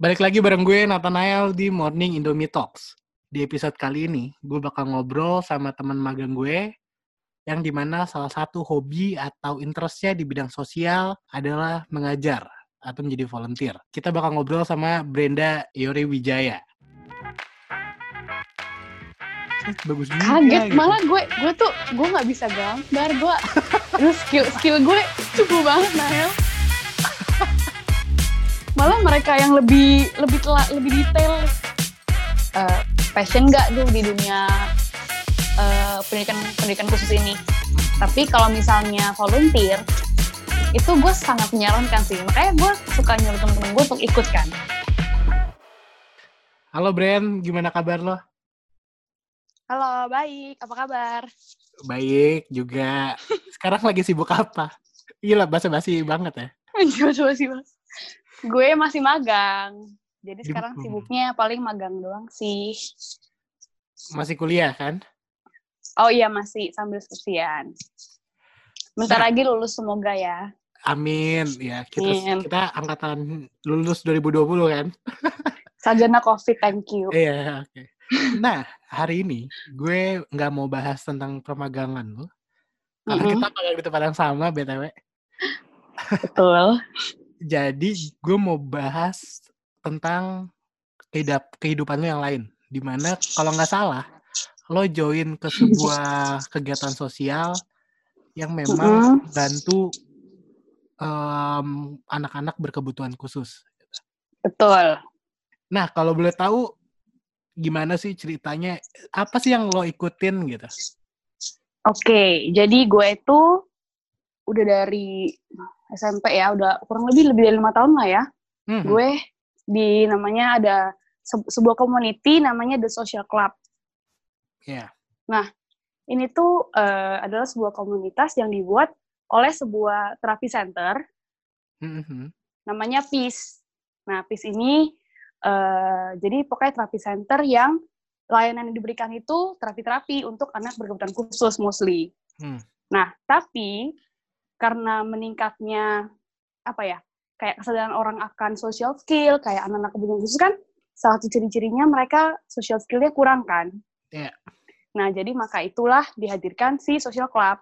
Balik lagi bareng gue Nathanael di Morning Indomie Talks. Di episode kali ini, gue bakal ngobrol sama teman magang gue yang dimana salah satu hobi atau interestnya di bidang sosial adalah mengajar atau menjadi volunteer. Kita bakal ngobrol sama Brenda Yori Wijaya. Bagus juga. Kaget gitu. Malah gue nggak bisa gambar. Terus skill gue cukup banget Nael. Malah mereka yang lebih detail. Passion nggak tuh di dunia pendidikan khusus ini. Tapi kalau misalnya volunteer, itu gue sangat menyarankan sih. Makanya gue suka nyuruh temen-temen gue untuk ikut kan. Halo Bren, gimana kabar lo? Halo, baik. Apa kabar? Baik juga. Sekarang lagi sibuk apa? Gila, basa-basi banget ya. Coba sih mas. Gue masih magang. Jadi sekarang sibuknya paling magang doang sih. Masih kuliah kan? Oh iya, masih sambil skripsian. Bentar lagi lulus semoga ya. Amin. Ya, kita angkatan lulus 2020 kan? Sarjana COVID, thank you. Iya, oke. Nah, hari ini gue nggak mau bahas tentang permagangan lo. Karena kita magang di tempat yang sama, BTW. Betul. Jadi, gue mau bahas tentang kehidupan lo yang lain. Dimana, kalau nggak salah, lo join ke sebuah kegiatan sosial yang memang membantu anak-anak berkebutuhan khusus. Betul. Nah, kalau boleh tahu, gimana sih ceritanya? Apa sih yang lo ikutin gitu? Oke, jadi gue itu udah dari SMP ya, udah kurang lebih dari 5 tahun lah ya. Gue di namanya ada sebuah community namanya The Social Club. Yeah. Nah, ini tuh adalah sebuah komunitas yang dibuat oleh sebuah terapi center. Namanya Peace. Nah, Peace ini jadi pokoknya terapi center yang layanan yang diberikan itu terapi-terapi untuk anak berkebutuhan khusus mostly. Nah, tapi karena meningkatnya kayak kesadaran orang akan social skill, kayak anak-anak berkebutuhan khusus kan, salah satu ciri-cirinya mereka social skill-nya kurang kan. Yeah. Nah, jadi maka itulah dihadirkan si social club.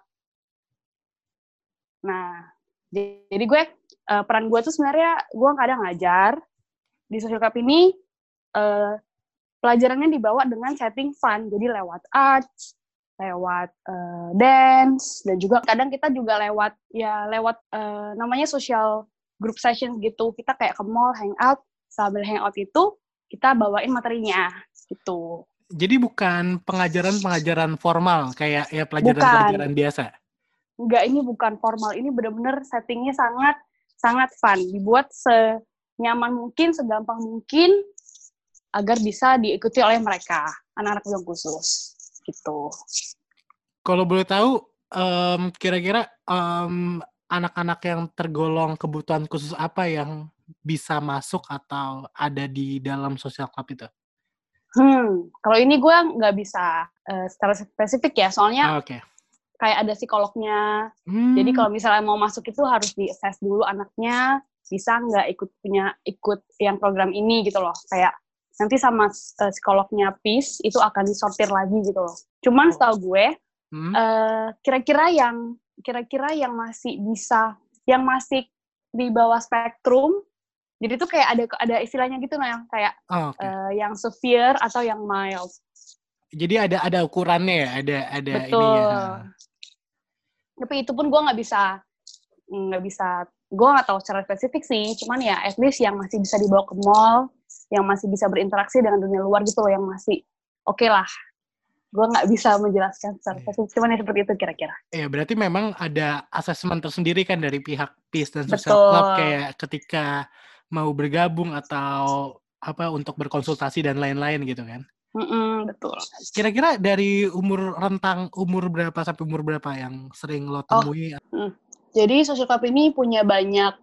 Nah, jadi gue peran gue tuh sebenarnya gue kadang ngajar di social club ini. Pelajarannya dibawa dengan setting fun, jadi lewat arts, lewat dance, dan juga kadang kita juga lewat namanya social group session gitu. Kita kayak ke mall, hangout, sambil hangout itu kita bawain materinya gitu. Jadi bukan pengajaran formal kayak ya pelajaran biasa. Enggak, ini bukan formal, ini benar-benar settingnya sangat fun, dibuat senyaman mungkin, segampang mungkin agar bisa diikuti oleh mereka, anak-anak yang khusus, gitu. Kalau boleh tahu, kira-kira anak-anak yang tergolong kebutuhan khusus apa yang bisa masuk atau ada di dalam social club itu? Kalau ini gue nggak bisa secara spesifik ya, soalnya kayak ada psikolognya. Jadi kalau misalnya mau masuk itu harus di-assess dulu anaknya, bisa nggak ikut yang program ini gitu loh, kayak nanti sama psikolognya Peace itu akan disortir lagi gitu loh. Cuman setahu gue kira-kira yang masih bisa, yang masih di bawah spektrum, jadi itu kayak ada istilahnya gitu nah, kayak yang severe atau yang mild. Jadi ada ukurannya ya, ada betul. Ininya. Tapi itu pun gue nggak bisa, gue nggak tahu secara spesifik sih. Cuman ya at least yang masih bisa dibawa ke mall, yang masih bisa berinteraksi dengan dunia luar gitu loh, yang masih oke lah. Gue nggak bisa menjelaskan secara spesifik, cuman ya seperti itu kira-kira. Iya, berarti memang ada asesmen tersendiri kan dari pihak Peace dan Social Club kayak ketika mau bergabung atau untuk berkonsultasi dan lain-lain gitu kan? Betul. Kira-kira dari rentang umur berapa sampai umur berapa yang sering lo temui? Jadi Social Club ini punya banyak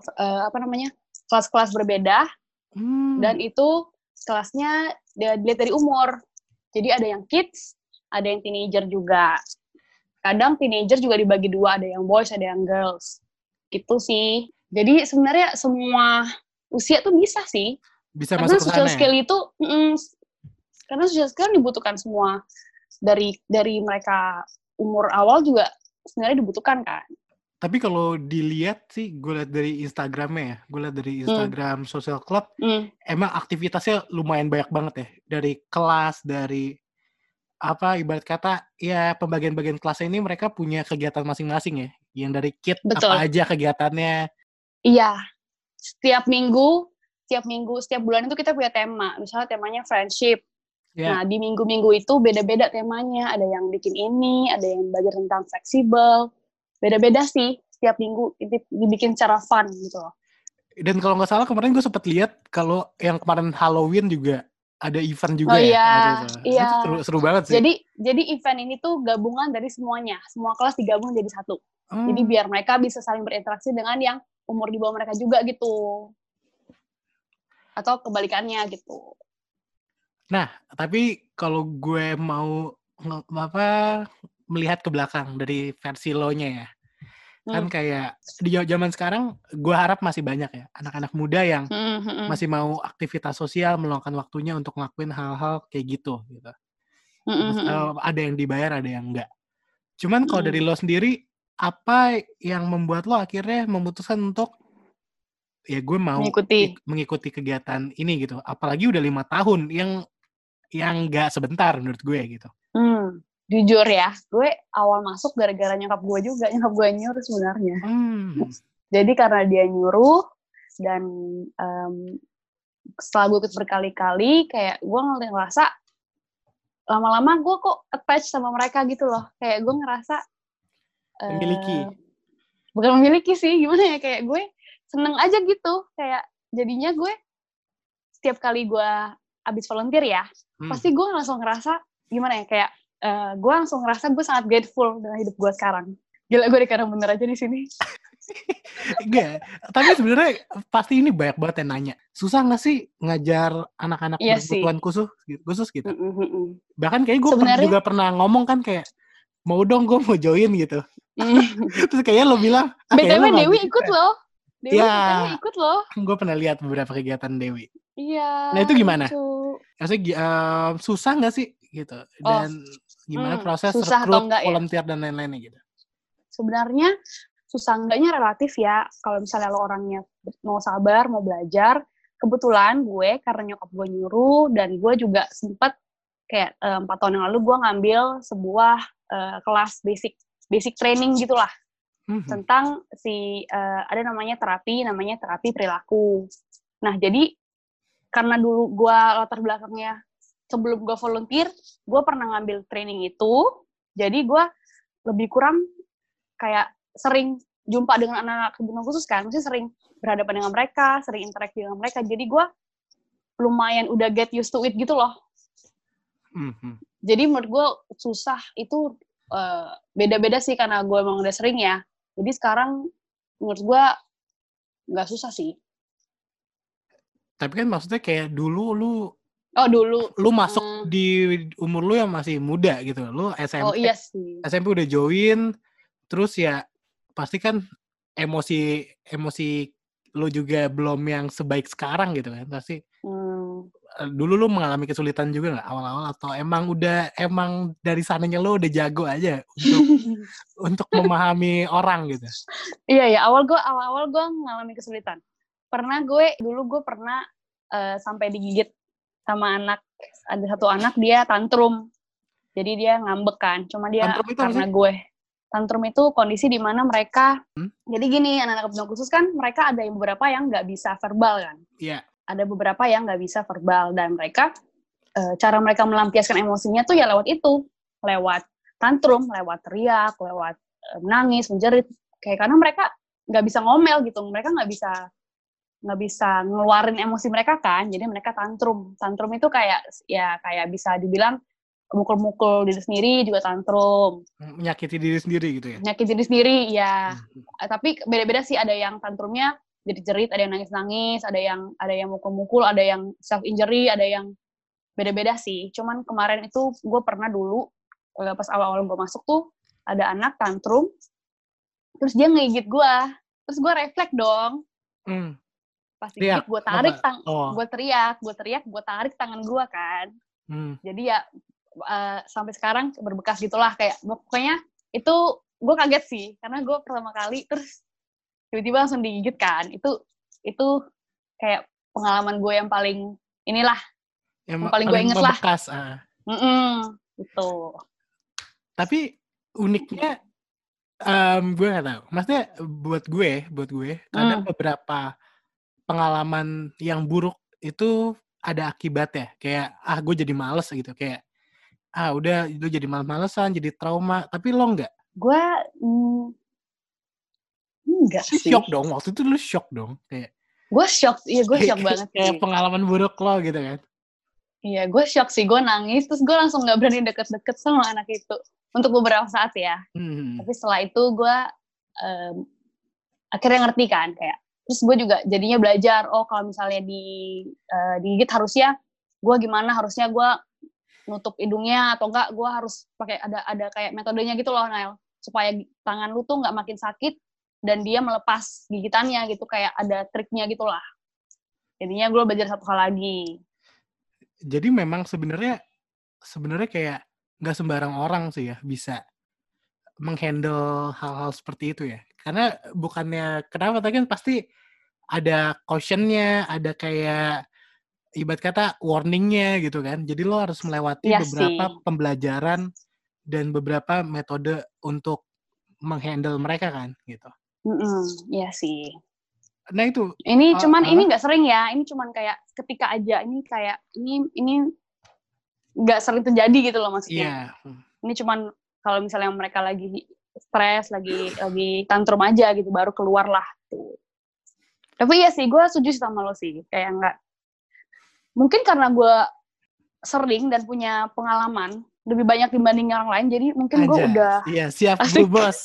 kelas-kelas berbeda, dan itu kelasnya dilihat dari umur. Jadi ada yang kids, ada yang teenager juga. Kadang teenager juga dibagi dua, ada yang boys, ada yang girls. Gitu sih. Jadi sebenarnya semua usia tuh bisa sih. bisa karena masuk ke social sana skill ya? itu karena social skill dibutuhkan semua dari mereka umur awal juga sebenarnya dibutuhkan kan. Tapi kalau dilihat sih, gue lihat dari Instagramnya ya, gue lihat dari Instagram Social Club, emang aktivitasnya lumayan banyak banget ya. Dari kelas, dari apa ibarat kata ya pembagian-bagian kelasnya ini mereka punya kegiatan masing-masing ya. Yang dari KIT apa aja kegiatannya. Iya, setiap bulan itu kita punya tema. Misalnya temanya friendship. Nah, di minggu-minggu itu beda-beda temanya. Ada yang bikin ini, ada yang belajar tentang fleksibel. Beda-beda sih, setiap minggu dibikin secara fun gitu loh. Dan kalau nggak salah kemarin gue sempat lihat kalau yang kemarin Halloween juga ada event juga Iya. Itu seru banget sih. Jadi event ini tuh gabungan dari semuanya. Semua kelas digabung jadi satu. Jadi biar mereka bisa saling berinteraksi dengan yang umur di bawah mereka juga gitu. Atau kebalikannya gitu. Nah, tapi kalau gue mau melihat ke belakang dari versi lo-nya ya. Kan kayak di zaman sekarang gue harap masih banyak ya anak-anak muda yang masih mau aktivitas sosial, meluangkan waktunya untuk ngelakuin hal-hal kayak gitu. Ada yang dibayar, ada yang enggak. Cuman kalau dari lo sendiri, apa yang membuat lo akhirnya memutuskan untuk ya gue mau mengikuti kegiatan ini gitu. Apalagi udah 5 tahun yang nggak sebentar menurut gue gitu. Jujur ya, gue awal masuk gara-gara nyokap gue juga. Nyokap gue nyuruh sebenarnya. Jadi karena dia nyuruh, dan setelah gue ikut berkali-kali, kayak gue ngerasa lama-lama gue kok attach sama mereka gitu loh. Kayak gue ngerasa bukan memiliki sih, gimana ya, kayak gue seneng aja gitu. Kayak jadinya gue setiap kali gue abis volunteer ya, pasti gue langsung ngerasa gimana ya, kayak gue langsung ngerasa gue sangat grateful dengan hidup gue sekarang. Gila, gue dikadang bener aja di sini. Enggak, tapi sebenarnya pasti ini banyak banget yang nanya. Susah nggak sih ngajar anak-anak berkebutuhan khusus gitu? Bahkan kayak gue juga pernah ngomong kan kayak, mau dong gue mau join gitu. Terus kayaknya lo bilang, BTW Dewi ikut loh. Dewi ikut loh. Gue pernah lihat beberapa kegiatan Dewi. Iya. Nah itu gimana? Maksudnya susah nggak sih gitu? Dan gimana proses rekrut, volunteer dan lain-lainnya gitu? Sebenarnya susah enggaknya relatif ya. Kalau misalnya lo orangnya mau sabar, mau belajar, kebetulan gue karena nyokap gue nyuruh, dan gue juga sempat kayak 4 tahun yang lalu gue ngambil sebuah kelas basic training gitulah. Tentang ada namanya terapi perilaku. Nah, jadi karena dulu gue latar belakangnya sebelum gue volunteer, gue pernah ngambil training itu, jadi gue lebih kurang kayak sering jumpa dengan anak-anak kebutuhan khusus kan, maksudnya sering berhadapan dengan mereka, sering interaksi dengan mereka, jadi gue lumayan udah get used to it gitu loh. Jadi menurut gue susah itu beda-beda sih, karena gue emang udah sering ya. Jadi sekarang menurut gue nggak susah sih. Tapi kan maksudnya kayak dulu lu masuk di umur lu yang masih muda gitu. Lu SMP. Iya sih. SMP udah join, terus ya pasti kan emosi lu juga belum yang sebaik sekarang gitu kan. Pasti dulu lu mengalami kesulitan juga nggak awal-awal, atau emang dari sananya lu udah jago aja untuk memahami orang gitu? Iya, awal gue mengalami kesulitan. Dulu gue pernah sampai digigit sama anak. Ada satu anak, dia tantrum. Jadi dia ngambek kan. Cuma dia karena gue. Tantrum itu kondisi di mana mereka, jadi gini, anak-anak kebutuhan khusus kan mereka ada beberapa yang nggak bisa verbal kan. Iya. Ada beberapa yang nggak bisa verbal, dan mereka cara mereka melampiaskan emosinya tuh ya lewat itu, lewat tantrum, lewat teriak, lewat menangis, menjerit, kayak karena mereka nggak bisa ngomel gitu, mereka nggak bisa ngeluarin emosi mereka kan, jadi mereka tantrum itu kayak bisa dibilang mukul-mukul diri sendiri juga tantrum, menyakiti diri sendiri gitu ya. Menyakiti diri sendiri ya. Tapi beda-beda sih, ada yang tantrumnya jadi jerit, ada yang nangis-nangis, ada yang mukul-mukul, ada yang self injury, ada yang beda-beda sih. Cuman kemarin itu gue pernah dulu pas awal-awal gue masuk tuh ada anak tantrum, terus dia ngegigit gue, terus gue refleks dong. Pas digigit gue tarik gue tarik tangan gue kan. Jadi ya sampai sekarang berbekas gitulah, kayak pokoknya itu gue kaget sih karena gue pertama kali terus tiba-tiba langsung digigit kan. Itu kayak pengalaman gue yang paling inilah yang paling gue inget lah. Gitu. Tapi uniknya gue nggak tahu. Maksudnya buat gue kadang beberapa pengalaman yang buruk itu ada akibatnya. Kayak gue jadi males gitu. Kayak udah itu jadi males-malesan, jadi trauma. Tapi lo enggak? Gue enggak sih. Shock dong. Waktu itu lu shock dong. Kayak gue shock. Iya, gue shock banget sih. Kayak pengalaman buruk lo gitu kan. Iya, gue shock sih. Gue nangis. Terus gue langsung gak berani deket-deket sama anak itu. Untuk beberapa saat ya. Tapi setelah itu gue akhirnya ngerti kan. Kayak terus gue juga jadinya belajar. Oh, kalau misalnya digigit harusnya gue gimana? Harusnya gue nutup hidungnya atau enggak? Gue harus pakai ada kayak metodenya gitu loh, Nail. Supaya tangan lu tuh nggak makin sakit dan dia melepas gigitannya gitu. Kayak ada triknya gitulah. Jadinya gue belajar satu hal lagi. Jadi memang sebenarnya kayak nggak sembarang orang sih ya bisa menghandle hal-hal seperti itu ya. Karena bukannya kenapa, tapi kan pasti ada caution-nya, ada kayak ibarat kata warning-nya gitu kan. Jadi lo harus melewati beberapa pembelajaran dan beberapa metode untuk menghandle mereka kan gitu. Iya sih. Nah itu. Ini cuman ini nggak sering ya. Ini cuman kayak ketika aja. Ini kayak ini nggak sering terjadi gitu loh maksudnya. Iya. Ini cuman kalau misalnya mereka lagi stres, lagi tantrum aja gitu, baru keluar lah. Tuh. Tapi iya sih, gue setuju sama lo sih. Kayak nggak. Mungkin karena gue sering dan punya pengalaman lebih banyak dibanding orang lain, jadi mungkin gue udah. Iya, siap bro bos.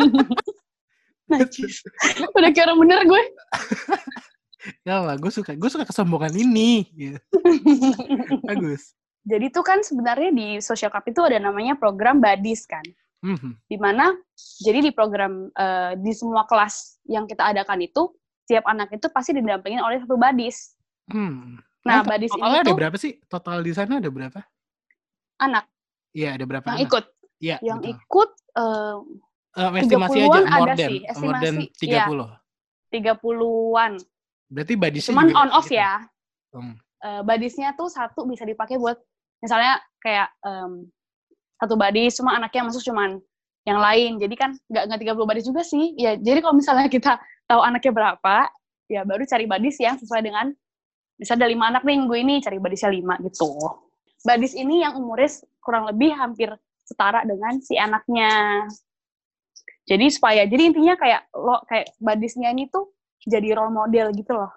Najis. Udah kayak orang bener gue. Ya lah, gue suka kesombongan ini. Bagus. Jadi tuh kan sebenarnya di Social Cup itu ada namanya program Buddies kan. Dimana jadi di program di semua kelas yang kita adakan itu setiap anak itu pasti didampingin oleh satu Buddies. Nah, Buddies ini ada berapa sih? Total di sana ada berapa? Anak. Iya, ada berapa yang anak? Ikut? Iya, yang betul. Ikut estimasi aja more than 30. Ya, 30-an. Berarti Buddies-nya cuman juga on off gitu. Ya. Buddies-nya tuh satu bisa dipakai buat misalnya kayak satu Buddies cuma anaknya masuk cuman yang lain. Jadi kan enggak 30 Buddies juga sih. Ya, jadi kalau misalnya kita tahu anaknya berapa, ya baru cari Buddies yang sesuai dengan misalnya ada 5 anak nih minggu ini, cari Buddies-nya 5 gitu. Buddies ini yang umurnya kurang lebih hampir setara dengan si anaknya. Jadi intinya kayak Buddies-nya ini tuh jadi role model gitu loh.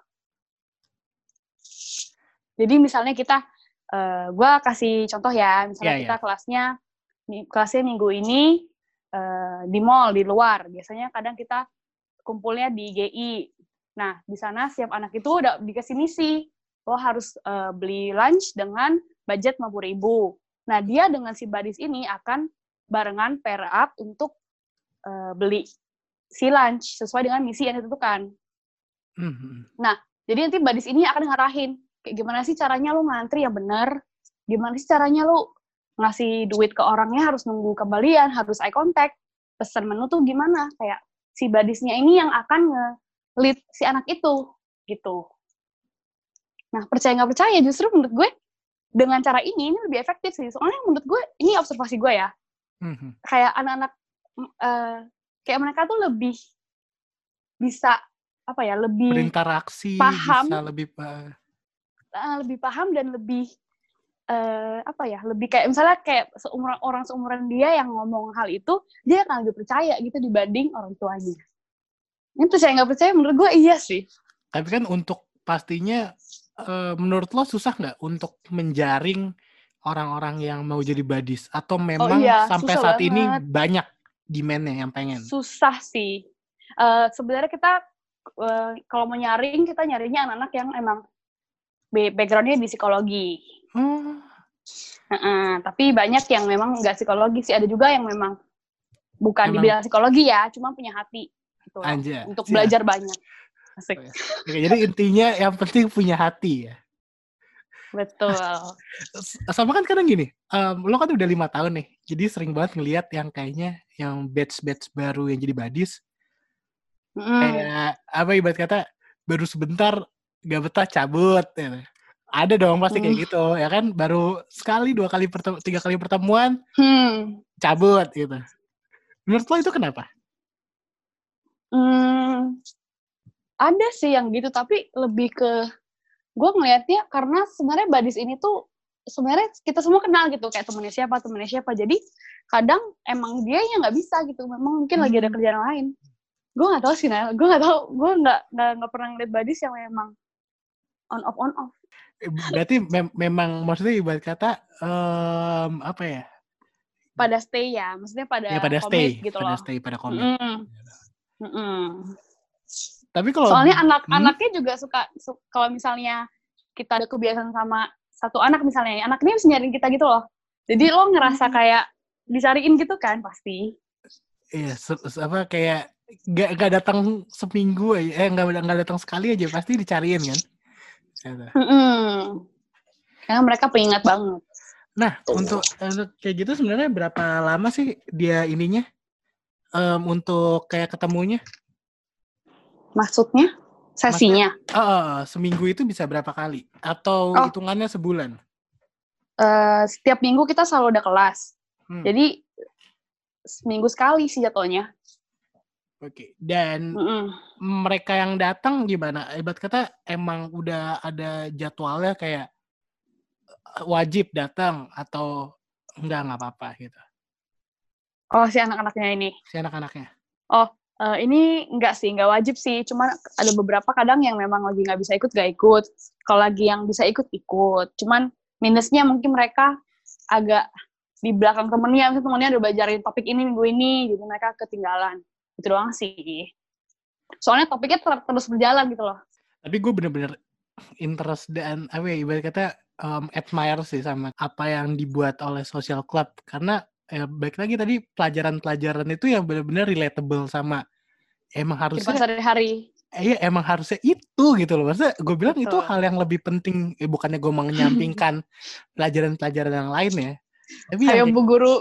Jadi misalnya kita, gue kasih contoh ya, misalnya kita kelasnya minggu ini di mall, di luar. Biasanya kadang kita kumpulnya di GI. Nah, di sana setiap anak itu udah dikasih misi. Lo harus beli lunch dengan budget 50.000. Nah, dia dengan si Buddies ini akan barengan pair up untuk beli si lunch sesuai dengan misi yang ditentukan. Nah, jadi nanti Buddies ini akan ngarahin kayak gimana sih caranya lu ngantri yang benar, gimana sih caranya lu ngasih duit ke orangnya harus nunggu kembalian, harus eye contact, pesan menu tuh gimana, kayak si Buddies-nya ini yang akan nge-lead si anak itu, gitu. Nah, percaya nggak percaya, justru menurut gue dengan cara ini lebih efektif sih, soalnya menurut gue, ini observasi gue ya, kayak anak-anak, kayak mereka tuh lebih bisa, lebih berinteraksi, paham, bisa lebih paham dan lebih lebih kayak misalnya kayak seumuran dia yang ngomong hal itu, dia akan lebih percaya gitu dibanding orang tuanya. Ini percaya nggak percaya menurut gue iya sih. Tapi kan untuk pastinya menurut lo susah nggak untuk menjaring orang-orang yang mau jadi Buddies atau memang sampai saat banget. Ini banyak demand-nya yang pengen? Susah sih. Sebenarnya kita kalau mau nyaring, kita nyarinya anak-anak yang emang background-nya di psikologi. Tapi banyak yang memang nggak psikologi sih. Ada juga yang memang bukan di bidang psikologi ya, cuma punya hati gitu, untuk belajar banyak. Asik. Oke, jadi intinya yang penting punya hati ya. Betul. Sama kan kadang gini, lo kan udah 5 tahun nih, jadi sering banget ngelihat yang kayaknya yang batch baru yang jadi badis, kayak apa ibarat kata baru sebentar gak betah cabut gitu. Ada dong pasti kayak gitu ya kan, baru sekali 2 kali 3 kali pertemuan cabut gitu. Menurut lo itu kenapa? Ada sih yang gitu, tapi lebih ke gue ngelihatnya karena sebenarnya badis ini tuh sebenarnya kita semua kenal gitu, kayak temennya siapa. Jadi kadang emang dia yang nggak bisa gitu, memang mungkin lagi ada kerjaan lain. Gue nggak tahu sih, Nel. Gue nggak tahu. Gue nggak pernah ngeliat badis yang memang on off. Berarti memang maksudnya ibarat kata apa ya? Pada stay ya, maksudnya pada stay gitu pada loh. stay, pada komit. Tapi kalau soalnya anak-anaknya juga suka kalau misalnya kita ada kebiasaan sama satu anak misalnya, anak ini bisa nyariin kita gitu loh. Jadi lo ngerasa kayak dicariin gitu kan pasti. Iya, apa kayak gak datang seminggu aja, nggak datang sekali aja pasti dicariin kan. Karena mereka pengingat banget. Nah, untuk kayak gitu sebenarnya berapa lama sih dia ininya untuk kayak ketemunya? Maksudnya? Sesinya? Seminggu itu bisa berapa kali? Atau hitungannya sebulan? Setiap minggu kita selalu ada kelas. Jadi seminggu sekali sih jatuhnya. Oke. Dan mereka yang datang gimana? Ibarat kata emang udah ada jadwalnya kayak wajib datang atau nggak apa-apa gitu? Oh, si anak-anaknya ini? Si anak-anaknya. Ini nggak wajib sih. Cuman ada beberapa kadang yang memang lagi nggak bisa ikut, nggak ikut. Kalau lagi yang bisa ikut. Cuman minusnya mungkin mereka agak di belakang temennya udah belajarin topik ini minggu ini, jadi mereka ketinggalan. Itu doang sih. Soalnya topiknya terus berjalan gitu loh. Tapi gue bener-bener interest dan ibarat kata admire sih sama apa yang dibuat oleh social club, karena baik lagi tadi pelajaran-pelajaran itu yang benar-benar relatable sama emang harusnya sehari-hari. Iya, emang harusnya itu gitu loh. Maksudnya gue bilang itu hal yang lebih penting, bukannya gue menyampingkan pelajaran-pelajaran yang lain ya. Tapi ayo Bu Guru.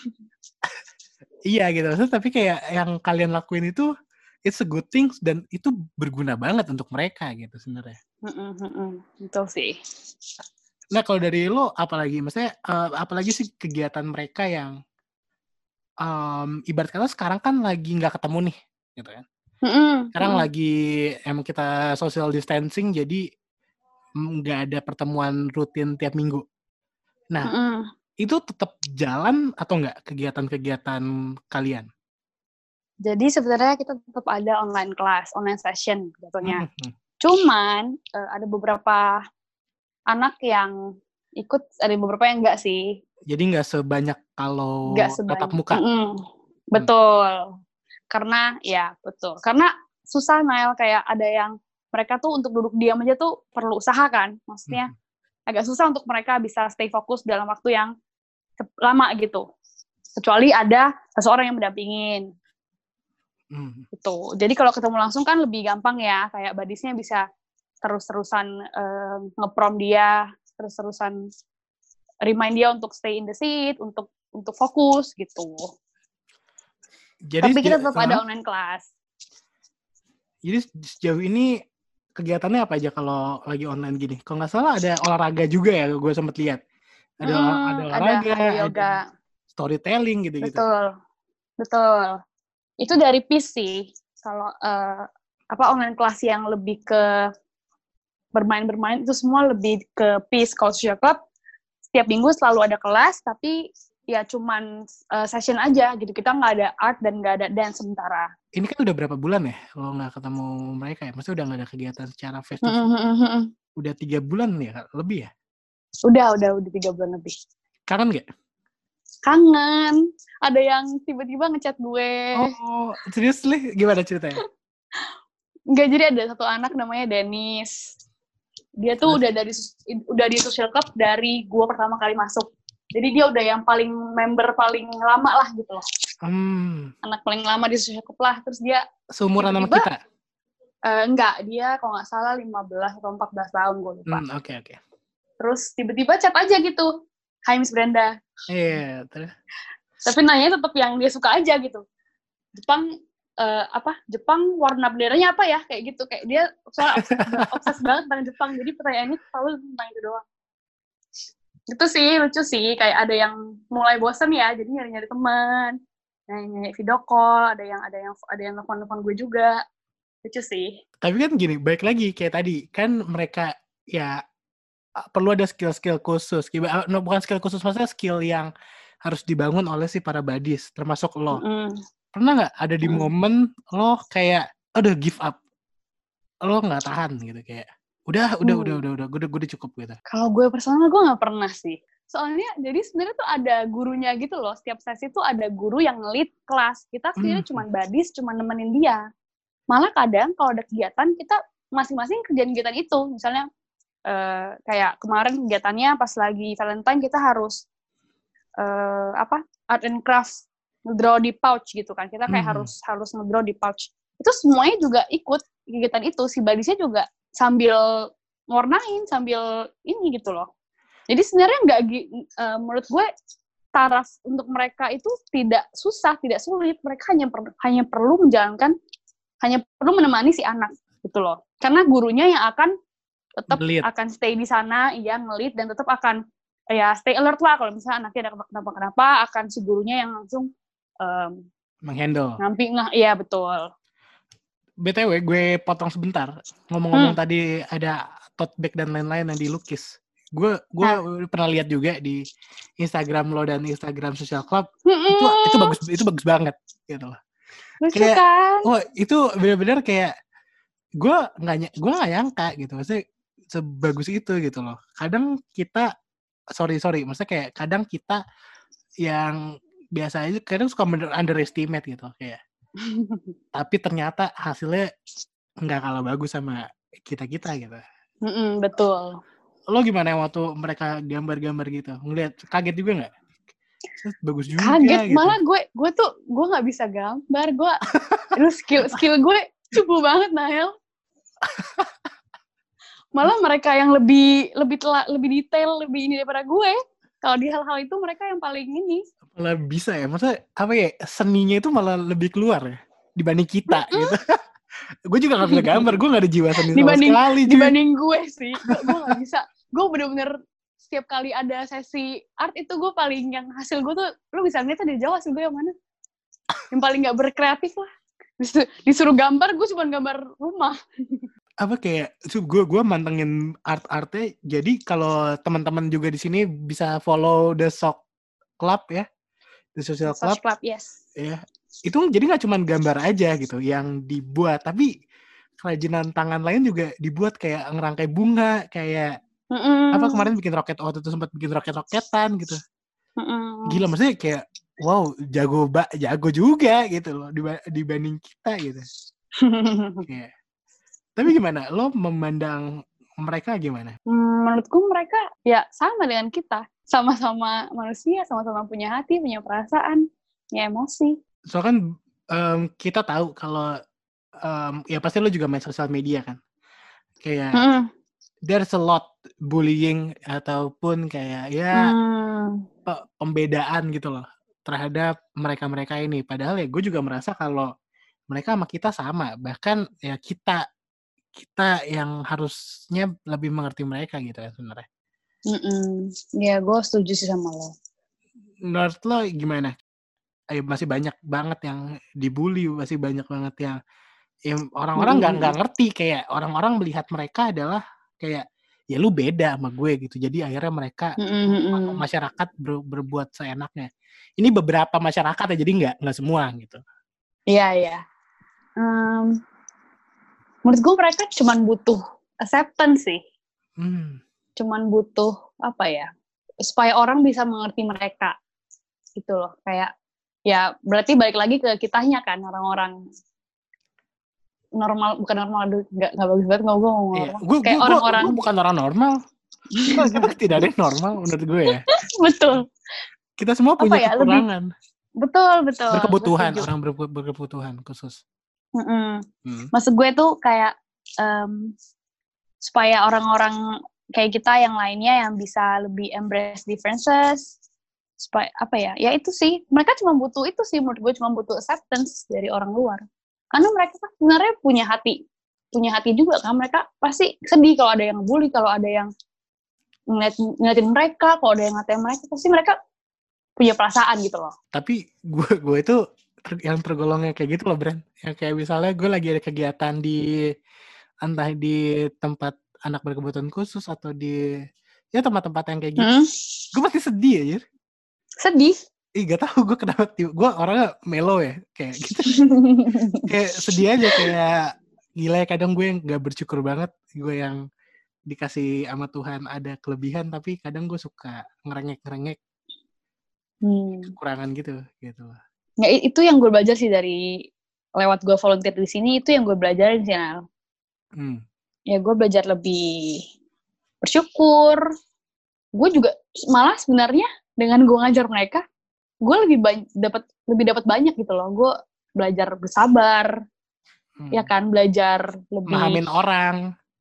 Iya gitu, maksudnya tapi kayak yang kalian lakuin itu it's a good thing dan itu berguna banget untuk mereka gitu sebenarnya. Betul sih. Nah kalau dari lo apalagi, maksudnya apalagi sih kegiatan mereka yang ibarat kata sekarang kan lagi nggak ketemu nih, gitu kan? Sekarang lagi emang kita social distancing, jadi nggak ada pertemuan rutin tiap minggu. Nah, itu tetap jalan atau nggak kegiatan-kegiatan kalian? Jadi sebenarnya kita tetap ada online class, online session jatuhnya. Cuman ada beberapa anak yang ikut, ada beberapa yang enggak sih. Jadi nggak sebanyak kalau tatap muka? Betul. Karena, ya betul. Karena susah, Nail. Kayak ada yang, mereka tuh untuk duduk diam aja tuh perlu usaha kan. Maksudnya, agak susah untuk mereka bisa stay fokus dalam waktu yang lama gitu. Kecuali ada seseorang yang mendampingin. Gitu. Jadi kalau ketemu langsung kan lebih gampang ya. Kayak badisnya bisa terus-terusan ngeprom dia, terus-terusan remind dia untuk stay in the seat, untuk fokus gitu. Jadi, tapi kita tetap ada online class. Jadi sejauh ini kegiatannya apa aja kalau lagi online gini? Kalau nggak salah ada olahraga juga ya, gue sempet lihat. Ada olahraga, ada yoga, ada storytelling gitu-gitu. Betul. Itu dari PIS sih. Kalau online kelas yang lebih ke bermain itu semua lebih ke PIS. Kalau social club setiap minggu selalu ada kelas, tapi ya cuman session aja gitu. Kita nggak ada art dan nggak ada dance sementara. Ini kan udah berapa bulan ya lo nggak ketemu mereka ya? Maksudnya udah nggak ada kegiatan secara face to face? Udah 3 bulan ya? Lebih ya? Udah 3 bulan lebih. Kangen nggak? Kangen. Ada yang tiba-tiba ngechat gue. Oh, seriously? Gimana ceritanya? Enggak, jadi ada satu anak namanya Dennis. Dia tuh udah di social club dari gue pertama kali masuk. Jadi dia udah yang member paling lama lah gitu loh. Anak paling lama di social club lah. Terus dia seumuran sama kita? Enggak, dia kalau nggak salah 15 atau 14 tahun, gue lupa. Oke. Terus tiba-tiba chat aja gitu, "Hai Miss Brenda." Iya, terus? Tapi nanya tetap yang dia suka aja gitu. Jepang warna benderanya apa ya? Kayak gitu. Kayak dia soalnya obses banget tentang Jepang. Jadi pertanyaannya selalu tentang itu doang. Itu sih, lucu sih. Kayak ada yang mulai bosen ya, jadi nyari-nyari teman. Nyari video call, ada yang nelfon gue juga. Lucu sih. Tapi kan gini, baik lagi kayak tadi, kan mereka ya perlu ada skill-skill khusus. Bukan skill khusus, maksudnya skill yang harus dibangun oleh si para badis, termasuk lo. Pernah nggak ada di momen lo kayak, aduh give up, lo nggak tahan gitu kayak, udah, gue udah cukup gitu. Kalau gue personal gue nggak pernah sih. Soalnya jadi sebenarnya tuh ada gurunya gitu loh. Setiap sesi tuh ada guru yang lead kelas. Kita sebenarnya cuma badis, cuma nemenin dia. Malah kadang kalau ada kegiatan kita masing-masing kerjain kegiatan itu. Misalnya kayak kemarin kegiatannya pas lagi Valentine kita harus art and craft, ngedraw di pouch gitu kan. Kita kayak harus ngedraw di pouch. Itu semuanya juga ikut kegiatan itu. Si badisnya juga sambil warnain, sambil ini gitu loh. Jadi sebenarnya menurut gue taraf untuk mereka itu tidak susah, tidak sulit. Mereka hanya perlu menjalankan, hanya perlu menemani si anak gitu loh. Karena gurunya yang akan tetap akan stay di sana, nge-lead dan tetap akan stay alert lah kalau misalnya anaknya ada kenapa-kenapa, akan si gurunya yang langsung menghandle. Iya betul. BTW gue potong sebentar. Ngomong-ngomong tadi ada tote bag dan lain-lain yang dilukis. Gue pernah lihat juga di Instagram lo dan Instagram Social Club. Itu bagus banget gitu loh. Lucu kan? Oh, itu benar-benar kayak gue nggak nyangka gitu. Maksudnya sebagus itu gitu loh. Kadang kita sorry, maksudnya kayak kadang kita yang biasa aja kadang suka underestimate gitu kayak. Tapi ternyata hasilnya nggak kalah bagus sama kita gitu. Betul. Lo gimana waktu mereka gambar-gambar gitu? Ngeliat kaget juga nggak? Bagus juga. Kaget, gitu. malah gue nggak bisa gambar. Gue skill gue cupu banget, Nahel. Malah mereka yang lebih detail, lebih ini daripada gue. Kalau di hal-hal itu mereka yang paling ini. Malah bisa ya, maksudnya apa ya, seninya itu malah lebih keluar ya dibanding kita gitu. Gue juga gak bisa gambar, gue gak ada jiwa seni sama sekali. Dibanding gue sih, gue gak bisa. Gue bener-bener setiap kali ada sesi art itu gue paling, yang hasil gue tuh, lo bisa ngeliat dari jauh hasil gue yang mana. Yang paling gak berkreatif lah. Disuruh gambar, gue cuma gambar rumah. Apa kayak, gue mantengin art-artnya, jadi kalau teman-teman juga di sini bisa follow The Sock Club ya. The Social Club, yes. Ya, itu jadi nggak cuma gambar aja gitu yang dibuat, tapi kerajinan tangan lain juga dibuat kayak ngerangkai bunga, kayak apa kemarin bikin roket, waktu itu sempat bikin roket-roketan gitu. Gila, maksudnya kayak wow, jago juga gitu loh dibanding kita gitu. Yeah. Tapi gimana? Lo memandang mereka gimana? Menurutku mereka ya sama dengan kita. Sama-sama manusia, sama-sama punya hati, punya perasaan, punya emosi. Soalnya kan kita tahu kalau ya pasti lo juga main sosial media kan. Kayak there's a lot bullying ataupun kayak pembedaan gitu loh terhadap mereka ini. Padahal ya gue juga merasa kalau mereka sama kita sama. Bahkan ya kita yang harusnya lebih mengerti mereka gitu ya sebenarnya. Ya, gue setuju sih sama lo. Menurut lo gimana? Masih banyak banget yang dibully, masih banyak banget yang orang-orang nggak ngerti, kayak orang-orang melihat mereka adalah kayak ya lu beda sama gue gitu. Jadi akhirnya mereka masyarakat berbuat seenaknya. Ini beberapa masyarakat ya, jadi nggak semua gitu. Iya. Menurut gue mereka cuman butuh acceptance sih. Cuman butuh apa ya, supaya orang bisa mengerti mereka gitu loh. Kayak ya berarti balik lagi ke kitanya kan, orang-orang normal, bukan normal, nggak bagus banget ngomong. Iya. Kayak orang-orang bukan orang normal. Kita tidak ada yang normal menurut gue ya. Betul. Kita semua punya kekurangan. Betul. Berkebutuhan, orang berkebutuhan khusus. Maksud gue tuh kayak supaya orang-orang kayak kita yang lainnya yang bisa lebih embrace differences, supaya apa ya? Ya itu sih, mereka cuma butuh itu sih, menurut gue cuma butuh acceptance dari orang luar. Karena mereka kan sebenarnya punya hati juga kan, mereka pasti sedih kalau ada yang bully, kalau ada yang ngeliatin mereka, kalau ada yang ngatain mereka, pasti mereka punya perasaan gitu loh. Tapi gue itu yang tergolongnya kayak gitu loh, Bren. Yang kayak misalnya gue lagi ada kegiatan entah di tempat anak berkebutuhan khusus atau di tempat-tempat yang kayak gitu, gue pasti sedih aja. Sedih? Gak tahu gue kenapa. Gue orangnya melo ya, kayak gitu. Kayak sedih aja, kayak gila ya, kadang gue yang gak bersyukur banget. Gue yang dikasih sama Tuhan ada kelebihan, tapi kadang gue suka ngerengek kekurangan gitu. Ya itu yang gue belajar sih dari lewat gue volunteer di sini, itu yang gue belajarin sih, Nal. Ya gue belajar lebih bersyukur. Gue juga malah sebenarnya dengan gue ngajar mereka, gue lebih dapat banyak gitu loh. Gue belajar bersabar, ya kan, belajar lebih memahamin orang.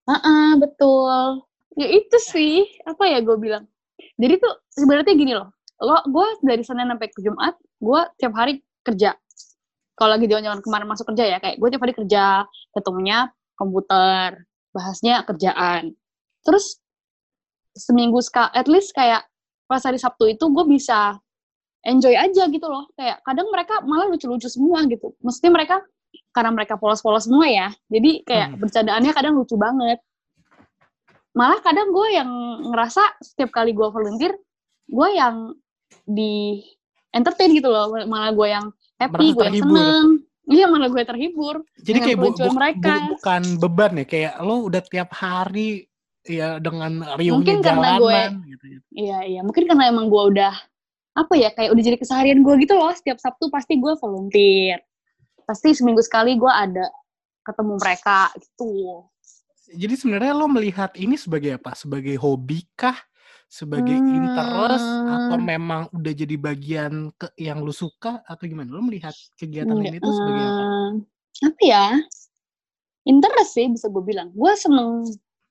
Betul. Ya itu sih, apa ya gue bilang. Jadi tuh sebenarnya gini loh. Gue dari Senin sampai ke Jumat, gue tiap hari kerja. Kalau lagi zaman kemarin masuk kerja ya, kayak gue tiap hari kerja, ketemunya komputer, bahasnya kerjaan. Terus seminggu at least kayak pas hari Sabtu itu gue bisa enjoy aja gitu loh. Kayak kadang mereka malah lucu-lucu semua gitu. Maksudnya mereka, karena mereka polos-polos semua ya, jadi kayak bercandaannya kadang lucu banget. Malah kadang gue yang ngerasa setiap kali gue volunteer, gue yang di entertain gitu loh. Malah gue yang happy, gue yang seneng. Iya, malah gue terhibur. Jadi kayak bukan beban ya, kayak lo udah tiap hari ya dengan riuhnya jalanan. Iya, mungkin karena emang gue udah, apa ya, kayak udah jadi keseharian gue gitu loh. Setiap Sabtu pasti gue volunteer. Pasti seminggu sekali gue ada ketemu mereka gitu. Jadi sebenarnya lo melihat ini sebagai apa? Sebagai hobi kah? Sebagai interest? Atau memang udah jadi bagian yang lo suka? Atau gimana? Lo melihat kegiatan ini tuh sebagai apa? Apa ya? Interest sih bisa gue bilang. Gue seneng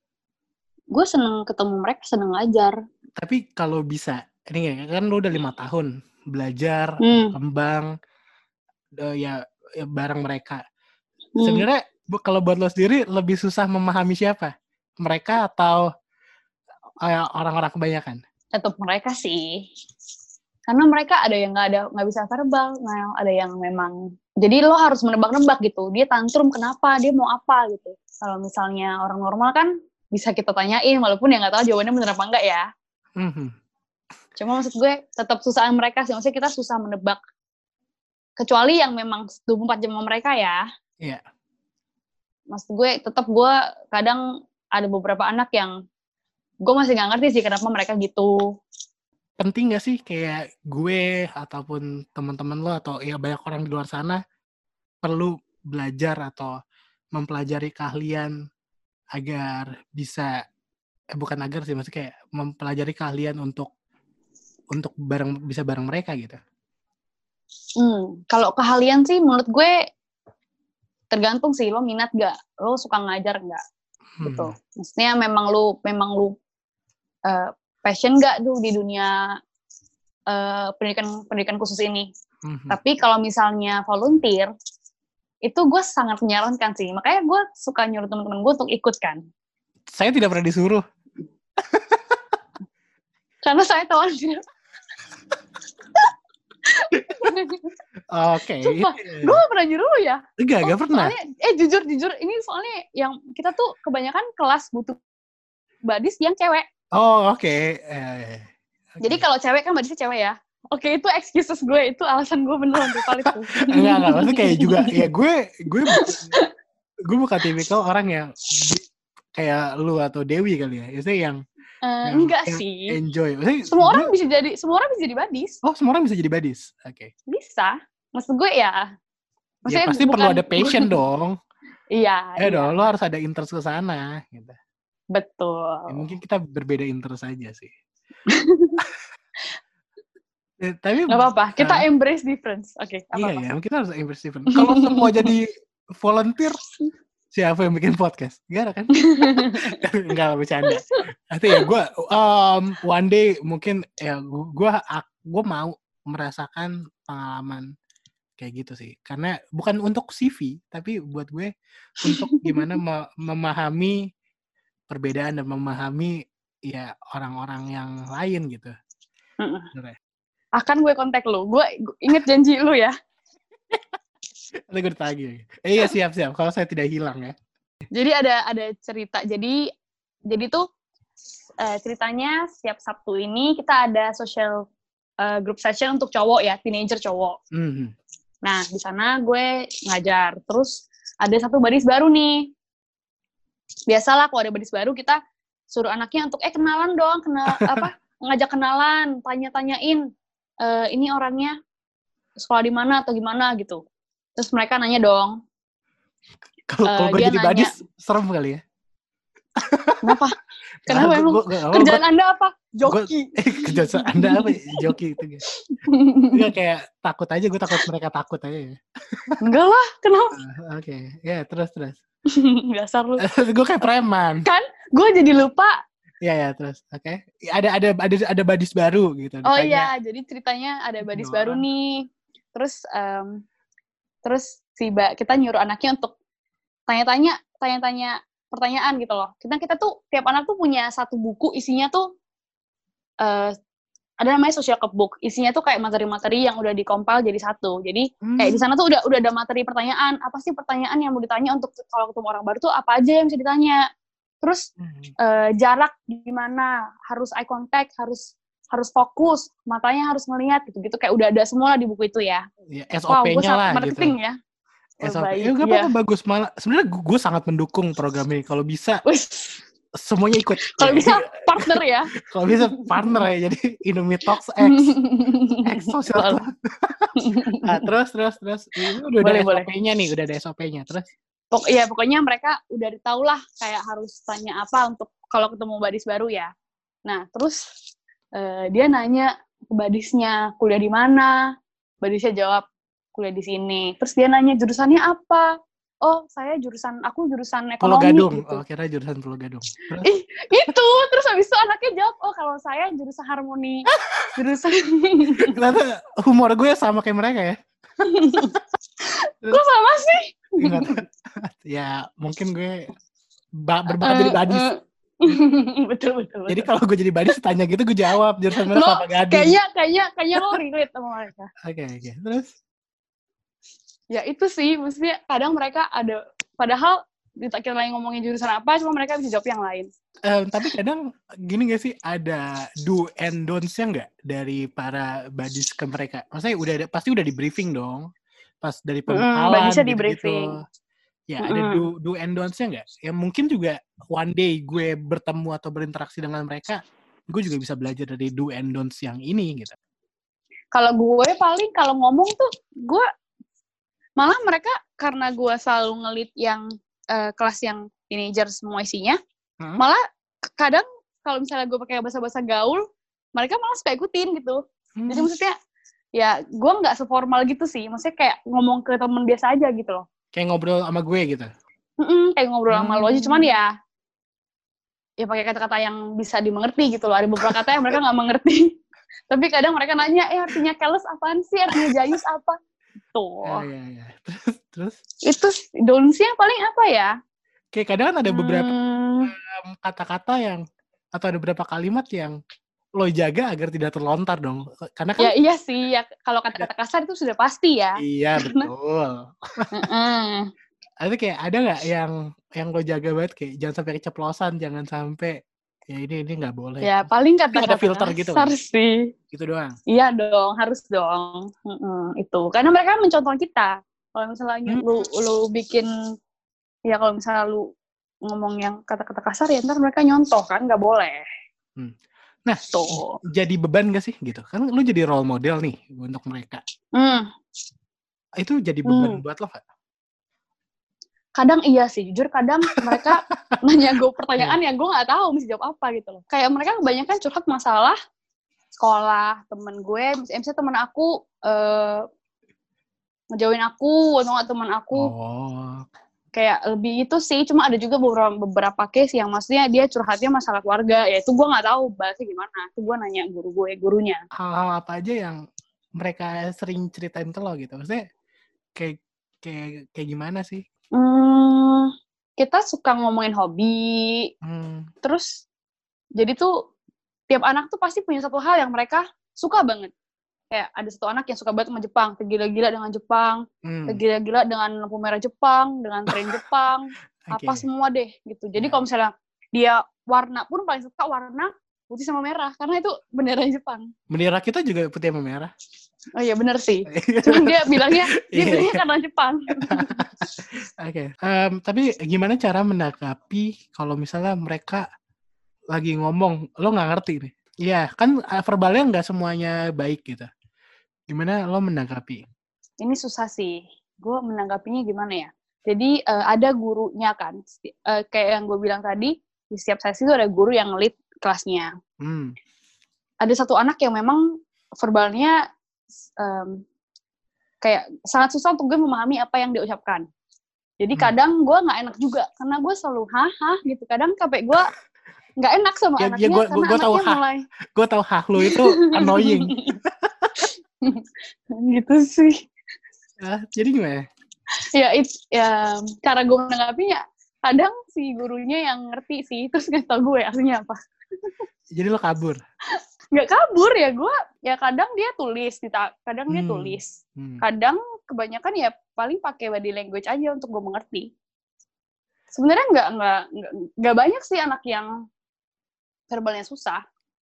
ketemu mereka, seneng ngajar. Tapi kalau bisa, ini kan lo udah 5 tahun belajar, kembang, ya bareng mereka. Sebenarnya kalau buat lo sendiri lebih susah memahami siapa? Mereka atau orang-orang kebanyakan? Tetap mereka sih. Karena mereka ada yang nggak bisa verbal, ada yang memang. Jadi lo harus menebak-nebak gitu. Dia tantrum kenapa? Dia mau apa gitu. Kalau misalnya orang normal kan bisa kita tanyain, walaupun ya nggak tahu jawabannya bener apa enggak ya. Cuma maksud gue tetap susahan mereka sih. Maksudnya kita susah menebak. Kecuali yang memang 24 jam sama mereka ya. Iya. Maksud gue tetap gue kadang ada beberapa anak yang gue masih nggak ngerti sih kenapa mereka gitu. Penting nggak sih kayak gue ataupun teman-teman lo atau ya banyak orang di luar sana perlu belajar atau mempelajari keahlian agar bisa bukan agar sih, maksudnya kayak mempelajari keahlian untuk bisa bareng mereka gitu. Kalau keahlian sih menurut gue tergantung sih, lo minat gak, lo suka ngajar gak, gitu. Maksudnya memang lu passion gak tuh di dunia pendidikan khusus ini. Tapi kalau misalnya volunteer, itu gue sangat menyarankan sih. Makanya gue suka nyuruh teman-teman gue untuk ikut kan. Saya tidak pernah disuruh. Karena saya tahu Oke. Gue gak pernah nyuruh lu ya? Enggak pernah. Soalnya, jujur, ini soalnya yang kita tuh kebanyakan kelas butuh badis yang cewek. Oh, oke. Jadi kalau cewek kan badisnya cewek ya. Oke, itu excuses gue, itu alasan gue bener untuk valid tuh. Enggak, maksudnya kayak juga, ya gue bukan tipikal orang yang kayak lu atau Dewi kali ya. Maksudnya yang enggak sih. Enjoy. Maksudnya, semua orang bisa jadi badis. Oh, semua orang bisa jadi badis. Oke. Bisa. Maksud gue ya. Ya pasti perlu ada passion dong. Iya. Dong, lo harus ada interest ke sana gitu. Betul. Ya, mungkin kita berbeda interest aja sih. Tapi nggak apa-apa, kita embrace difference. Oke. Iya ya, kita harus embrace difference. Kalau semua jadi volunteer. Siapa yang bikin podcast? Gak ada kan? Enggak, bercanda. Nanti ya gue one day mungkin ya gue mau merasakan pengalaman kayak gitu sih. Karena bukan untuk CV, tapi buat gue untuk gimana memahami perbedaan dan memahami ya orang-orang yang lain gitu. Akan gue kontak lu. Gue inget janji lu ya. Nanti gue ditagih. Iya siap. Kalau saya tidak hilang ya. Jadi ada cerita. Jadi tuh ceritanya setiap Sabtu ini kita ada social group session untuk cowok ya, teenager cowok. Mm-hmm. Nah di sana gue ngajar. Terus ada satu baris baru nih. Biasalah kalau ada baris baru kita suruh anaknya untuk kenalan dong, ngajak kenalan, tanya-tanyain ini orangnya sekolah di mana atau gimana gitu. Terus mereka nanya dong. Kalau gue jadi badis, serem kali ya. Kenapa emang? Kerjaan Anda apa? Joki. Kerjaan Anda apa? Joki itu. Enggak kayak takut aja, gue takut mereka takut aja ya. Enggak lah, kenapa? Oke. Ya, terus. Dasar lu. Gue kayak preman. Kan, gue jadi lupa. Ya, terus. Oke. Ada badis baru gitu. Oh iya, jadi ceritanya ada badis baru nih. Terus kita nyuruh anaknya untuk tanya-tanya pertanyaan gitu loh. Kita tuh tiap anak tuh punya satu buku, isinya tuh ada namanya social book. Isinya tuh kayak materi-materi yang udah dikompil jadi satu. Jadi kayak di sana tuh udah ada materi pertanyaan. Apa sih pertanyaan yang mau ditanya untuk kalau ketemu orang baru tuh apa aja yang bisa ditanya? Terus jarak gimana? Harus eye contact, harus fokus, matanya harus ngelihat gitu-gitu. Kayak udah ada semua lah di buku itu ya. SOP-nya lah marketing gitu. Ya. SOP. Bagus malah. Sebenarnya gue sangat mendukung program ini. Kalau bisa semuanya ikut. Kalau bisa partner ya. Kalau bisa partner ya. Jadi Indomie Talks X social. Nah, terus. Ini udah ada SOP-nya nih. Udah ada SOP-nya. Terus? Pokoknya mereka udah tahu lah kayak harus tanya apa untuk kalau ketemu badis baru ya. Nah, terus dia nanya ke badisnya kuliah di mana. Badisnya jawab kuliah di sini. Terus dia nanya jurusannya apa? Oh, aku jurusan ekonomi. Pulau Gadung. Gitu. Oh, kira jurusan Pulau Gadung. Itu. Terus habis itu anaknya jawab, oh kalau saya jurusan harmoni. Ternyata humor gue sama kayak mereka ya. Kok sama sih? Ya, mungkin gue berbakat jadi badis. Betul. Jadi kalau gue jadi badis tanya gitu gue jawab jurusan mana Kelapa Gading. Kayaknya lo relate sama mereka. Oke. Terus? Ya itu sih, maksudnya kadang mereka ada, padahal kita lagi ngomongin jurusan apa, cuma mereka bisa jawab yang lain. Tapi kadang gini gak sih, ada do and don'ts-nya nggak dari para badis ke mereka? Maksudnya pasti udah di briefing dong, pas dari pembekalan. Badisnya di briefing. Ya ada do and don'ts-nya nggak? Ya mungkin juga one day gue bertemu atau berinteraksi dengan mereka, gue juga bisa belajar dari do and don'ts yang ini gitu. Kalau gue paling kalau ngomong tuh gue malah mereka karena gue selalu ngelit yang kelas yang teenager semua isinya, malah kadang kalau misalnya gue pakai bahasa-bahasa gaul, mereka malah suka ikutin gitu. Jadi maksudnya ya gue nggak seformal gitu sih, maksudnya kayak ngomong ke temen biasa aja gitu loh. Kayak ngobrol sama gue gitu. Kayak ngobrol sama lo aja, cuman ya pakai kata-kata yang bisa dimengerti gitu loh. Ada beberapa kata yang mereka nggak mengerti. Tapi kadang mereka nanya, artinya keles apaan sih? Artinya jayus apa? Tuh. Ya. Terus? Itu don'ts-nya paling apa ya? Kayak kadang ada beberapa kata-kata yang, atau ada beberapa kalimat yang lo jaga agar tidak terlontar dong. Karena kan, ya iya sih, ya kalau kata-kata kasar itu sudah pasti ya. Iya, betul. Tapi kayak ada nggak yang lo jaga banget, kayak jangan sampai keceplosan, jangan sampai ya ini nggak boleh. Ya paling kata-kata ada filter gitu kasar kan? Sih. Gitu doang. Iya dong, harus dong. Itu karena mereka mencontoh kita. Kalau misalnya lu bikin, ya kalau misalnya lu ngomong yang kata-kata kasar ya ntar mereka nyontoh kan, nggak boleh. Nah, tuh jadi beban gak sih gitu? Kan lu jadi role model nih untuk mereka. Itu jadi beban buat lo gak? Kadang iya sih, jujur kadang mereka nanya gue pertanyaan yang gue nggak tahu mesti jawab apa gitu loh. Kayak mereka kebanyakan curhat masalah sekolah, temen gue, misalnya temen aku ngejauhin aku atau nggak teman aku. Kayak lebih itu sih, cuma ada juga beberapa case yang maksudnya dia curhatnya masalah keluarga, ya itu gue nggak tahu bahasnya gimana, itu gue nanya gurunya. Hal-hal apa aja yang mereka sering ceritain ke lo gitu, maksudnya kayak gimana sih? Kita suka ngomongin hobi, terus jadi tuh tiap anak tuh pasti punya satu hal yang mereka suka banget. Kayak ada satu anak yang suka banget sama Jepang, tergila-gila dengan Jepang, tergila-gila dengan lampu merah Jepang, dengan tren Jepang, apa semua deh gitu. Jadi kalau misalnya dia warna pun paling suka warna putih sama merah, karena itu bendera Jepang. Bendera kita juga putih sama merah. Oh iya bener sih. Cuman dia bilangnya karena Jepang. Oke. Tapi gimana cara menanggapi kalau misalnya mereka lagi ngomong, lo nggak ngerti nih? Iya, kan verbalnya nggak semuanya baik gitu. Gimana lo menanggapi? Ini susah sih. Gue menanggapinya gimana ya? Jadi ada gurunya kan. Kayak yang gue bilang tadi, di setiap sesi itu ada guru yang lead kelasnya. Ada satu anak yang memang verbalnya kayak sangat susah untuk gue memahami apa yang dia ucapkan. Jadi kadang gue nggak enak juga, karena gue selalu hah gitu. Kadang sampai gue nggak enak sama anaknya, karena anaknya mulai... Gue tahu lo itu annoying. Gitu sih. Jadi gimana? Ya, cara gue menanggapinya, kadang si gurunya yang ngerti sih, terus ngasih tau gue aslinya apa. Jadi lo kabur? Nggak kabur ya, gue ya kadang dia tulis, kadang dia tulis. Kadang kebanyakan ya paling pakai body language aja untuk gue mengerti. Sebenarnya nggak banyak sih anak yang verbalnya susah.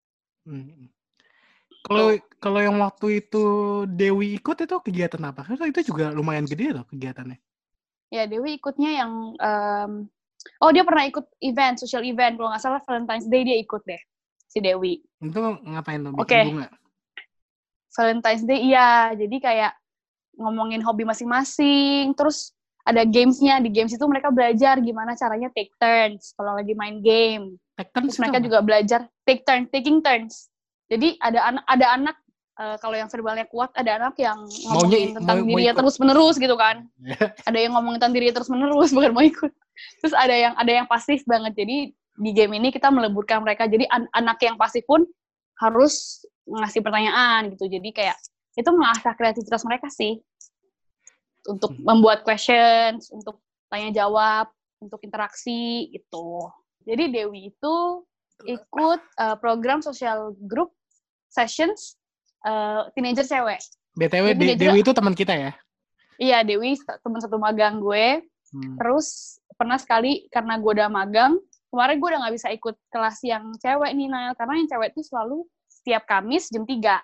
Kalau yang waktu itu Dewi ikut itu kegiatan apa? Karena itu juga lumayan gede loh kegiatannya. Ya Dewi ikutnya yang dia pernah ikut social event, kalau nggak salah Valentine's Day dia ikut deh si Dewi. Itu ngapain tuh? Bikin bunga? Valentine's Day iya, jadi kayak ngomongin hobi masing-masing, terus ada gamesnya. Di games itu mereka belajar gimana caranya take turns kalau lagi main game. Terus mereka juga belajar taking turns. Jadi ada anak kalau yang verbalnya kuat, ada anak yang ngomongin tentang dirinya terus-menerus gitu kan. Ada yang ngomongin tentang dirinya terus-menerus, bukan mau ikut. Terus ada yang pasif banget. Jadi di game ini kita meleburkan mereka. Jadi anak yang pasif pun harus ngasih pertanyaan gitu. Jadi kayak itu mengasah kreativitas mereka sih. Untuk membuat questions, untuk tanya jawab, untuk interaksi gitu. Jadi Dewi itu ikut program social group sessions teenager cewek. BTW Dewi itu teman kita ya? Iya, Dewi teman satu magang gue. Terus pernah sekali karena gue udah magang, kemarin gue udah nggak bisa ikut kelas yang cewek nih, Nail, karena yang cewek itu selalu setiap Kamis jam 3.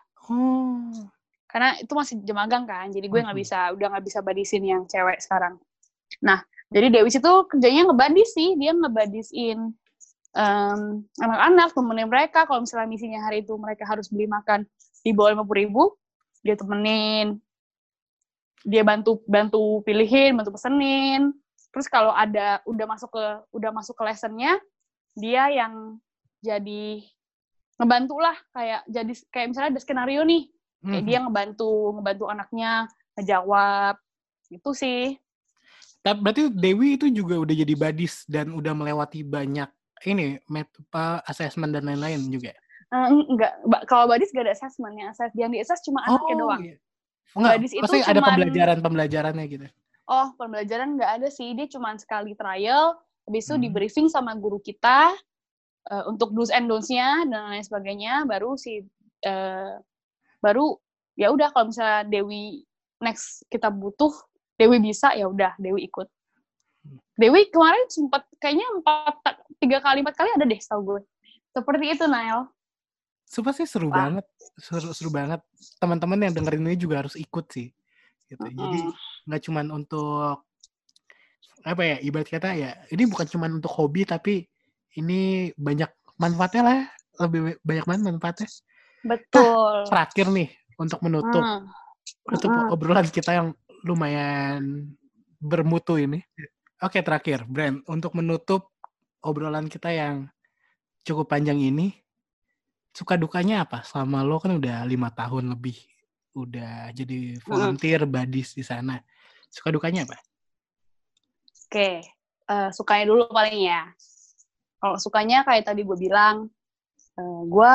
Karena itu masih jam magang kan, jadi gue udah nggak bisa badisin yang cewek sekarang. Nah, jadi Dewi itu kerjanya ngebadis sih, dia ngebadisin anak-anak, temenin mereka. Kalau misalnya misinya hari itu mereka harus beli makan di bawah 50.000, dia temenin, dia bantu pilihin, bantu pesenin. Terus kalau udah masuk ke lessonnya, dia yang jadi ngebantu lah, kayak misalnya ada skenario nih, kayak dia ngebantu anaknya ngejawab, gitu sih. Berarti Dewi itu juga udah jadi badis dan udah melewati banyak ini assessment dan lain-lain juga? Enggak, kalau badis gak ada assessment, yang di assess cuma anaknya doang. Iya. Enggak, badis itu pasti ada pembelajarannya gitu. Pembelajaran nggak ada sih, dia cuma sekali trial, habis itu di briefing sama guru kita untuk do's and don'ts-nya dan lain sebagainya, baru ya udah kalau misalnya Dewi next kita butuh, Dewi bisa, ya udah Dewi ikut. Dewi kemarin sempat kayaknya 4 kali ada deh setahu gue. Seperti itu, Nail. Sumpah sih seru banget. Seru banget. Teman-teman yang dengerin ini juga harus ikut sih. Gitu. Jadi nggak cuman untuk apa ya, ibarat kata ya, ini bukan cuman untuk hobi, tapi ini banyak manfaatnya lah. Lebih banyak banget manfaatnya. Betul. Terakhir nih untuk menutup obrolan kita yang lumayan bermutu ini. Oke, terakhir, Brand, untuk menutup obrolan kita yang cukup panjang ini, suka dukanya apa? Selama lo kan udah 5 tahun lebih udah jadi volunteer badis di sana. Suka dukanya apa? Oke, sukanya dulu paling ya. Kalau sukanya kayak tadi gue bilang, gue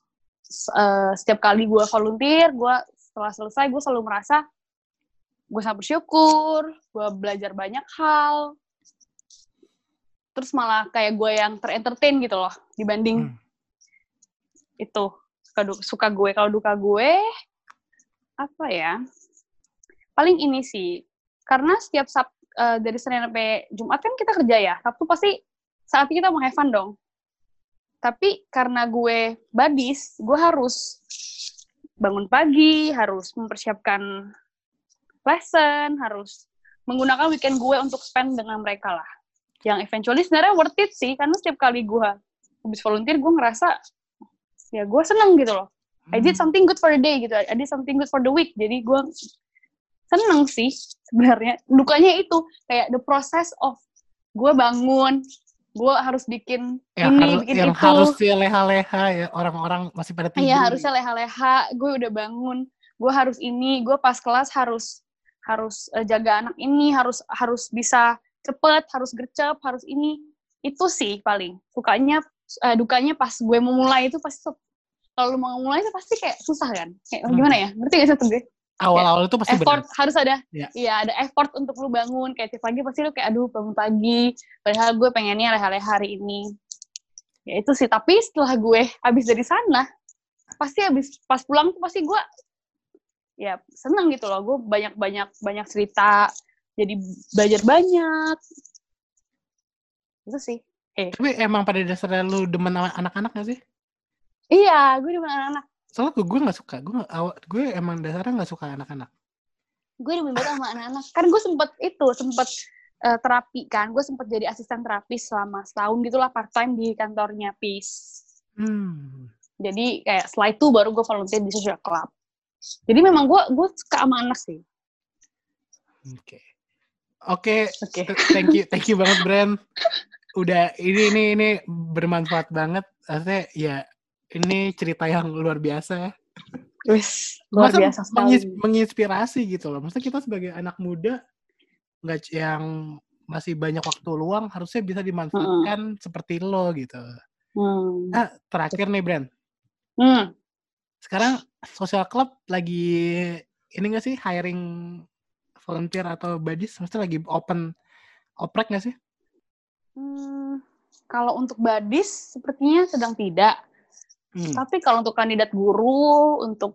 setiap kali gue volunteer, gue setelah selesai gue selalu merasa gue sangat bersyukur, gue belajar banyak hal, terus malah kayak gue yang ter-entertain gitu loh dibanding itu. Suka gue. Kalau duka gue apa ya, paling ini sih, karena setiap dari Senin sampai Jumat kan kita kerja ya, Sabtu pasti saatnya kita mau have fun dong. Tapi karena gue badis, gue harus bangun pagi, harus mempersiapkan lesson, harus menggunakan weekend gue untuk spend dengan mereka lah. Yang eventually sebenarnya worth it sih, karena setiap kali gue habis volunteer, gue ngerasa ya gue seneng gitu loh. I did something good for the day gitu, I did something good for the week. Jadi gue seneng sih sebenarnya. Dukanya itu kayak the process of gue bangun, gue harus bikin bikin yang itu. Harus leha-leha ya, orang-orang masih pada tidur. Iya, harusnya leha-leha. Gue udah bangun, gue harus ini, gue pas kelas harus jaga anak ini, harus bisa cepet, harus gercep, harus ini. Itu sih paling. Dukanya pas gue mau mulai itu pasti, kalau lu mau mulai itu pasti kayak susah kan? Kayak gimana ya? Ngerti gak sih gue? Awal-awal itu pasti effort berat. Harus ada. Iya, ada effort untuk lu bangun. Kayak tiap pagi pasti lu kayak aduh bangun pagi. Padahal gue pengennya leha-leha hari ini. Ya itu sih. Tapi setelah gue habis dari sana, pasti pas pulang tuh pasti gue ya seneng gitu loh. Gue banyak cerita. Jadi belajar banyak. Itu sih. Tapi emang pada dasarnya lu demen sama anak-anak gak sih? Iya, gue demen anak-anak. Soalnya gue gak suka. Gue emang dasarnya gak suka anak-anak. Gue demen banget sama anak-anak. Kan gue sempet terapi kan. Gue sempet jadi asisten terapis selama setahun gitulah part time di kantornya Peace. Jadi kayak setelah itu baru gue volunteer di social club. Jadi memang gue suka sama anak sih. Oke. Thank you banget Bren. Udah ini bermanfaat banget. Maksudnya ya ini cerita yang luar biasa. Luar biasa sekali. Menginspirasi gitu loh. Maksudnya kita sebagai anak muda nggak yang masih banyak waktu luang harusnya bisa dimanfaatkan seperti lo gitu. Terakhir nih Bren. Sekarang social club lagi ini nggak sih hiring volunteer atau badis? Maksudnya lagi oprek nggak sih? Kalau untuk badis sepertinya sedang tidak. Tapi kalau untuk kandidat guru, untuk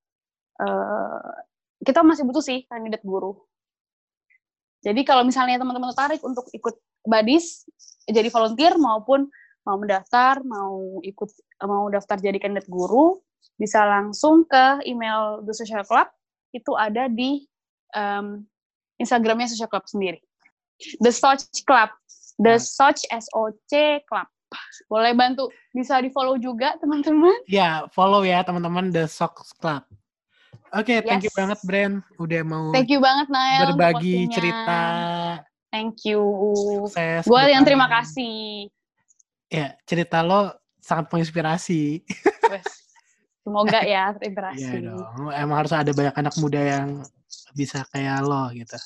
kita masih butuh sih kandidat guru. Jadi kalau misalnya teman-teman tertarik untuk ikut badis, jadi volunteer maupun mau mendaftar, mau daftar jadi kandidat guru, bisa langsung ke email The Social Club. Itu ada di Instagramnya Social Club sendiri. The Soch Club. The Soch SOC Club. Boleh bantu, bisa di-follow juga teman-teman. Ya, follow ya teman-teman The Soch Club. Oke, thank you banget Bren udah mau Thank you banget Nael berbagi cerita. Thank you. Sukses. Gue yang terima kasih. Ya, cerita lo sangat menginspirasi. Semoga ya terinspirasi. Iya dong. Emang harus ada banyak anak muda yang bisa kayak lo gitu.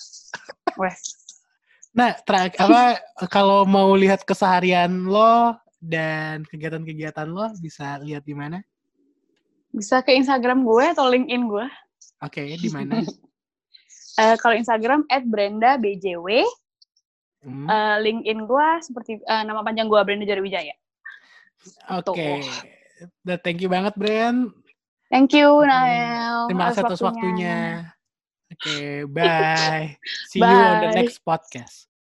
Nah, kalau mau lihat keseharian lo dan kegiatan-kegiatan lo bisa lihat di mana? Bisa ke Instagram gue atau LinkedIn gue. Oke, di mana? Kalau Instagram @brendabjw. LinkedIn gue seperti nama panjang gue Brenda Jarwijaya. Oke. Thank you banget Bren. Thank you Nael. Terima kasih atas waktunya. Oke, bye. See you on the next podcast.